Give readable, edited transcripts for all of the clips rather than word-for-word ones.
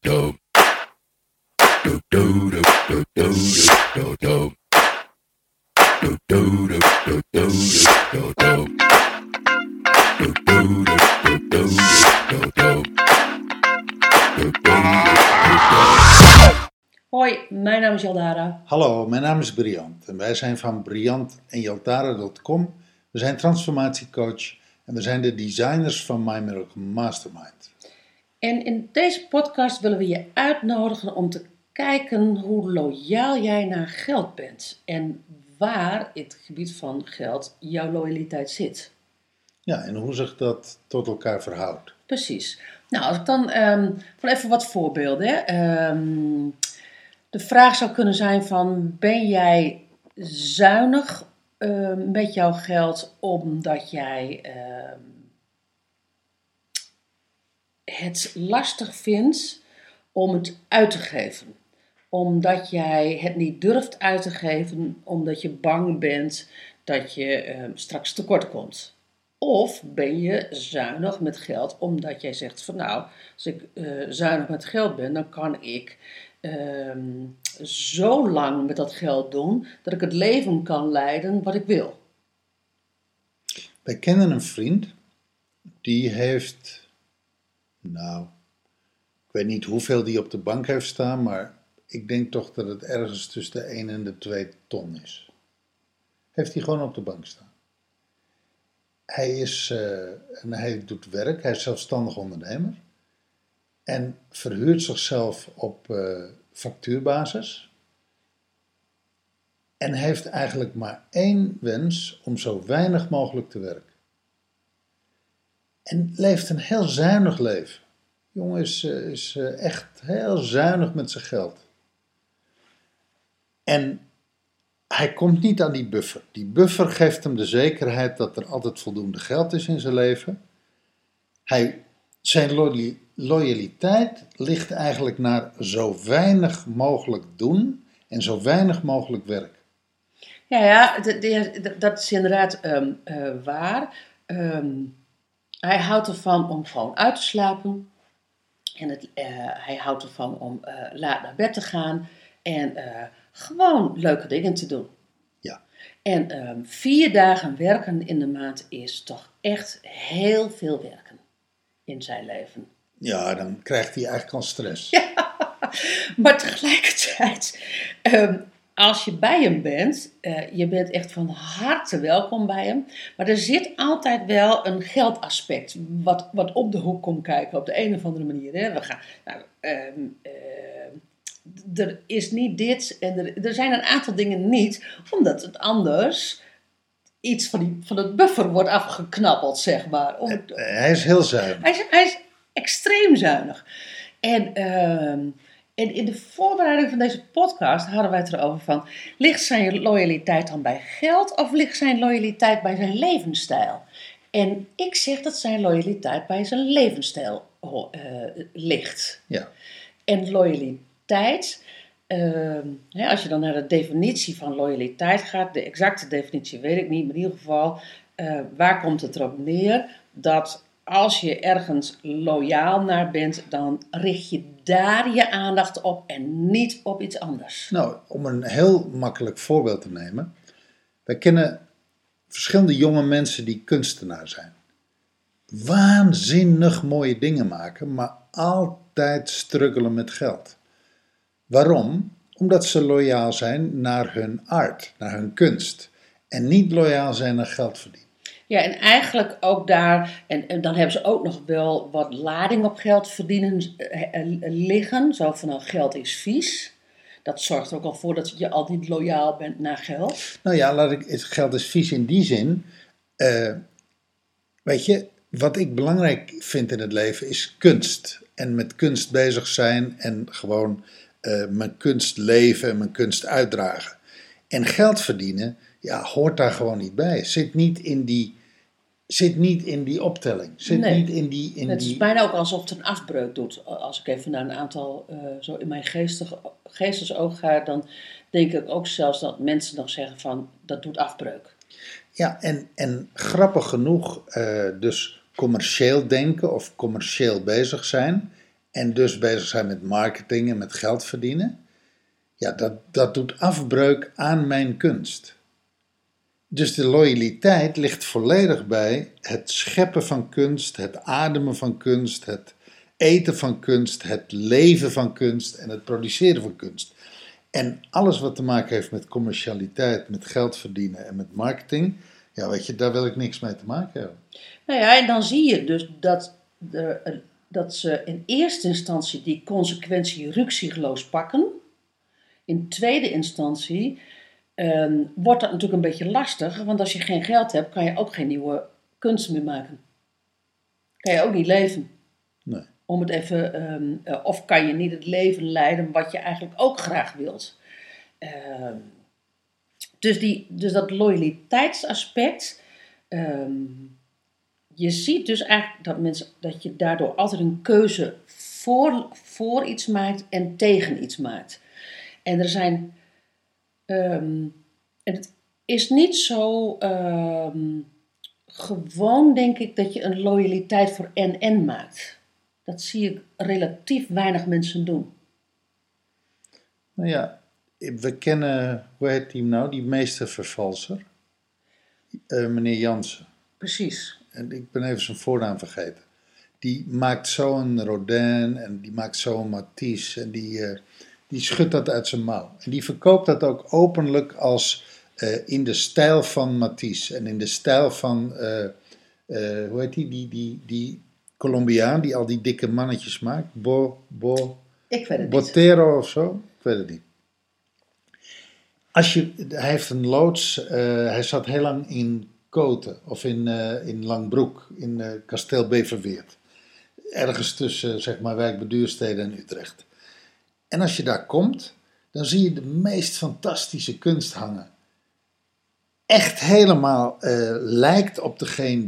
do do do do do do do do do do do do do do do. Hoi, mijn naam is Jaldara. Hallo, mijn naam is Briant en wij zijn van briantenjaldara.com. We zijn transformatiecoach en we zijn de designers van My Miracle Mastermind. En in deze podcast willen we je uitnodigen om te kijken hoe loyaal jij naar geld bent. En waar in het gebied van geld jouw loyaliteit zit. Ja, en hoe zich dat tot elkaar verhoudt. Precies. Nou, als ik dan van even wat voorbeelden. Hè. De vraag zou kunnen zijn van, ben jij zuinig met jouw geld omdat jij het lastig vindt om het uit te geven? Omdat jij het niet durft uit te geven, omdat je bang bent dat je straks tekort komt. Of ben je zuinig met geld omdat jij zegt van nou, als ik zuinig met geld ben, dan kan ik zo lang met dat geld doen dat ik het leven kan leiden wat ik wil. Wij kennen een vriend, die heeft, nou, ik weet niet hoeveel die op de bank heeft staan, maar ik denk toch dat het ergens tussen de 1 en de 2 ton is. Heeft hij gewoon op de bank staan. Hij doet werk, hij is zelfstandig ondernemer en verhuurt zichzelf op factuurbasis en heeft eigenlijk maar 1 wens om zo weinig mogelijk te werken. En leeft een heel zuinig leven. De jongen is echt heel zuinig met zijn geld. En hij komt niet aan die buffer. Die buffer geeft hem de zekerheid dat er altijd voldoende geld is in zijn leven. Zijn loyaliteit ligt eigenlijk naar zo weinig mogelijk doen en zo weinig mogelijk werken. Ja, dat is inderdaad waar. Hij houdt ervan om gewoon uit te slapen. En hij houdt ervan om laat naar bed te gaan. En gewoon leuke dingen te doen. Ja. En 4 dagen werken in de maand is toch echt heel veel werken in zijn leven. Ja, dan krijgt hij eigenlijk al stress. Ja, maar tegelijkertijd, als je bij hem bent, je bent echt van harte welkom bij hem. Maar er zit altijd wel een geldaspect wat op de hoek komt kijken op de een of andere manier. Hè. Er is niet dit en er zijn een aantal dingen niet, omdat het anders iets van het buffer wordt afgeknabbeld, zeg maar. Hij is heel zuinig. Hij is extreem zuinig. En in de voorbereiding van deze podcast hadden wij het erover van, ligt zijn loyaliteit dan bij geld of ligt zijn loyaliteit bij zijn levensstijl? En ik zeg dat zijn loyaliteit bij zijn levensstijl ligt. Ja. En loyaliteit, als je dan naar de definitie van loyaliteit gaat, de exacte definitie weet ik niet, maar in ieder geval, waar komt het erop neer dat als je ergens loyaal naar bent, dan richt je daar je aandacht op en niet op iets anders. Nou, om een heel makkelijk voorbeeld te nemen. Wij kennen verschillende jonge mensen die kunstenaar zijn. Waanzinnig mooie dingen maken, maar altijd struggelen met geld. Waarom? Omdat ze loyaal zijn naar hun art, naar hun kunst. En niet loyaal zijn naar geld verdienen. Ja, en eigenlijk ook daar, en dan hebben ze ook nog wel wat lading op geld verdienen liggen. Zo van, nou, geld is vies. Dat zorgt er ook al voor dat je al niet loyaal bent naar geld. Nou ja, geld is vies in die zin. Weet je, wat ik belangrijk vind in het leven is kunst. En met kunst bezig zijn en gewoon mijn kunst leven en mijn kunst uitdragen. En geld verdienen, ja, hoort daar gewoon niet bij. Zit niet in die optelling. Het is bijna ook alsof het een afbreuk doet. Als ik even naar een aantal zo in mijn geestesoog ga, dan denk ik ook zelfs dat mensen nog zeggen van, dat doet afbreuk. Ja, en grappig genoeg, dus commercieel denken of commercieel bezig zijn en dus bezig zijn met marketing en met geld verdienen, ja, dat doet afbreuk aan mijn kunst. Dus de loyaliteit ligt volledig bij het scheppen van kunst, het ademen van kunst, het eten van kunst, het leven van kunst en het produceren van kunst. En alles wat te maken heeft met commercialiteit, met geld verdienen en met marketing, ja, weet je, daar wil ik niks mee te maken hebben. Nou ja, en dan zie je dus dat ze in eerste instantie die consequentie rukzichtloos pakken. In tweede instantie wordt dat natuurlijk een beetje lastig, want als je geen geld hebt, kan je ook geen nieuwe kunst meer maken. Kan je ook niet leven. Nee. Om het even, of kan je niet het leven leiden wat je eigenlijk ook graag wilt. Dus dat loyaliteitsaspect, je ziet dus eigenlijk dat je daardoor altijd een keuze voor iets maakt en tegen iets maakt. En er zijn, en het is niet zo gewoon, denk ik, dat je een loyaliteit voor en maakt. Dat zie ik relatief weinig mensen doen. Nou ja, we kennen, hoe heet die nou, die meestervervalser? Meneer Jansen. Precies. En ik ben even zijn voornaam vergeten. Die maakt zo'n Rodin en die maakt zo'n Matisse en die schudt dat uit zijn mouw. En die verkoopt dat ook openlijk als in de stijl van Matisse en in de stijl van, hoe heet die Colombiaan die al die dikke mannetjes maakt. Ik weet het niet. Botero of zo? Ik weet het niet. Hij heeft een loods, hij zat heel lang in Koten of in Langbroek, in kasteel Beverweert. Ergens tussen, zeg maar, Wijk bij Duurstede en Utrecht. En als je daar komt, dan zie je de meest fantastische kunst hangen. Echt helemaal lijkt op degene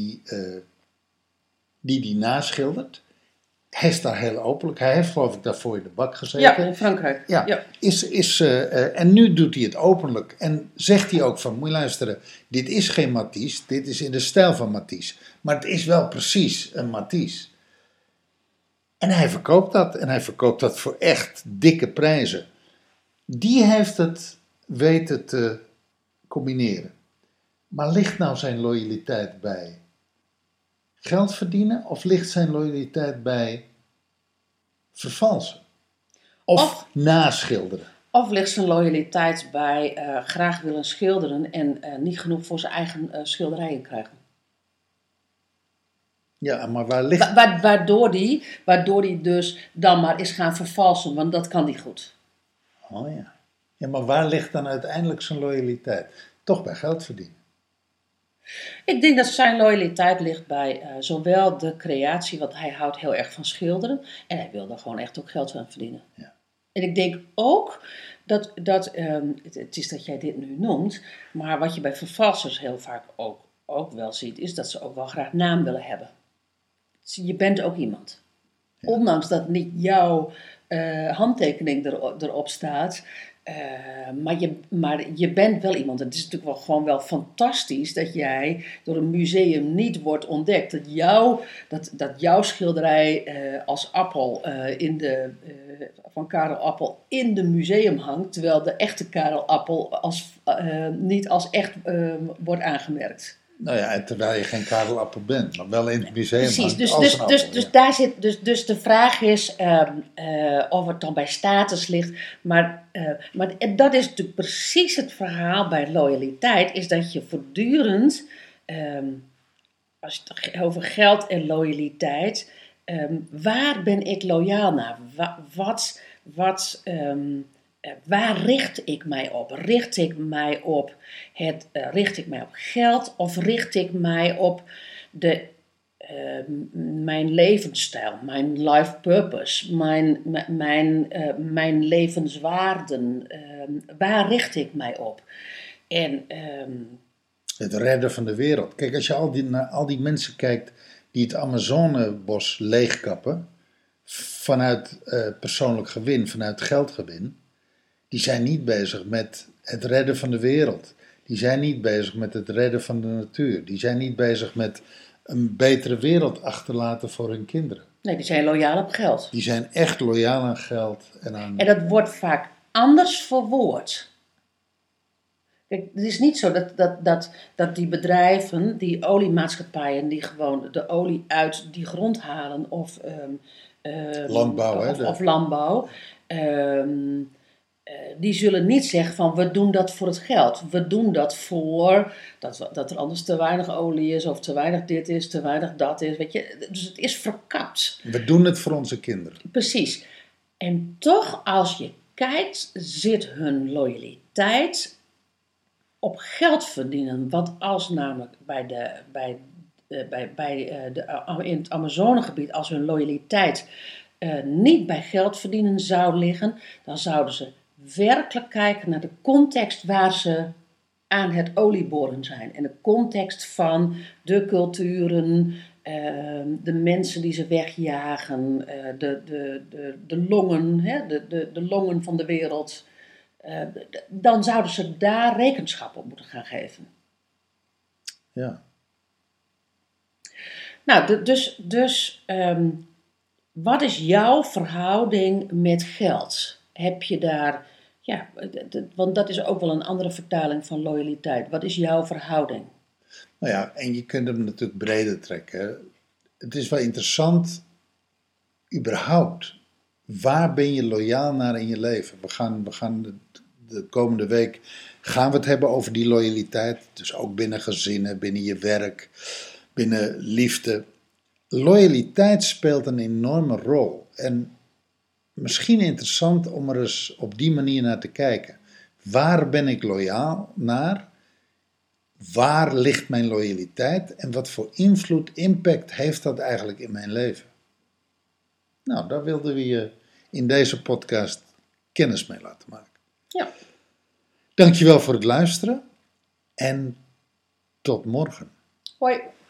die naschildert. Hij is daar heel openlijk. Hij heeft, geloof ik, daarvoor in de bak gezeten. Ja, in Frankrijk. Ja. En nu doet hij het openlijk. En zegt hij ook van, moet je luisteren, dit is geen Matisse, dit is in de stijl van Matisse. Maar het is wel precies een Matisse. En hij verkoopt dat. En hij verkoopt dat voor echt dikke prijzen. Die heeft het weten te combineren. Maar ligt nou zijn loyaliteit bij geld verdienen of ligt zijn loyaliteit bij vervalsen? Of naschilderen? Of ligt zijn loyaliteit bij graag willen schilderen en niet genoeg voor zijn eigen schilderijen krijgen? Ja, maar waar ligt... Waardoor die dus dan maar is gaan vervalsen, want dat kan niet goed. Oh ja. Ja, maar waar ligt dan uiteindelijk zijn loyaliteit? Toch bij geld verdienen. Ik denk dat zijn loyaliteit ligt bij zowel de creatie, want hij houdt heel erg van schilderen. En hij wil daar gewoon echt ook geld aan verdienen. Ja. En ik denk ook dat het is dat jij dit nu noemt, maar wat je bij vervalsers heel vaak ook wel ziet, is dat ze ook wel graag naam willen hebben. Je bent ook iemand. Ja. Ondanks dat niet jouw handtekening erop staat, maar je bent wel iemand. Het is natuurlijk wel gewoon wel fantastisch dat jij door een museum niet wordt ontdekt. Dat jouw schilderij als Appel van Karel Appel in de museum hangt, terwijl de echte Karel Appel niet als echt wordt aangemerkt. Nou ja, terwijl je geen Karel Appel bent, maar wel in het museum. Precies, dus de vraag is of het dan bij status ligt. Maar dat is natuurlijk precies het verhaal bij loyaliteit, is dat je voortdurend, als je het over geld en loyaliteit, waar ben ik loyaal naar? Waar richt ik mij op? Richt ik mij op geld of richt ik mij op mijn levensstijl, mijn life purpose, mijn levenswaarden? Waar richt ik mij op? En het redden van de wereld. Kijk, als je naar al die mensen kijkt die het Amazonebos leegkappen, vanuit persoonlijk gewin, vanuit geldgewin, die zijn niet bezig met het redden van de wereld. Die zijn niet bezig met het redden van de natuur. Die zijn niet bezig met een betere wereld achterlaten voor hun kinderen. Nee, die zijn loyaal op geld. Die zijn echt loyaal aan geld. En dat wordt vaak anders verwoord. Kijk, het is niet zo dat die bedrijven, die oliemaatschappijen, die gewoon de olie uit die grond halen of Landbouw, of landbouw, die zullen niet zeggen van we doen dat voor het geld. We doen dat voor dat er anders te weinig olie is of te weinig dit is, te weinig dat is. Weet je? Dus het is verkapt. We doen het voor onze kinderen. Precies. En toch, als je kijkt, zit hun loyaliteit op geld verdienen. Want als namelijk in het Amazonegebied, als hun loyaliteit niet bij geld verdienen zou liggen, dan zouden ze werkelijk kijken naar de context waar ze aan het olieboren zijn. En de context van de culturen, de mensen die ze wegjagen, de longen, de longen van de wereld. Dan zouden ze daar rekenschap op moeten gaan geven. Ja. Nou, dus wat is jouw verhouding met geld? Heb je daar, ja, want dat is ook wel een andere vertaling van loyaliteit. Wat is jouw verhouding? Nou ja, en je kunt hem natuurlijk breder trekken. Het is wel interessant, überhaupt, waar ben je loyaal naar in je leven? We gaan de komende week gaan we het hebben over die loyaliteit. Dus ook binnen gezinnen, binnen je werk, binnen liefde. Loyaliteit speelt een enorme rol. En misschien interessant om er eens op die manier naar te kijken. Waar ben ik loyaal naar? Waar ligt mijn loyaliteit? En wat voor invloed, impact heeft dat eigenlijk in mijn leven? Nou, daar wilden we je in deze podcast kennis mee laten maken. Ja. Dankjewel voor het luisteren en tot morgen. Hoi.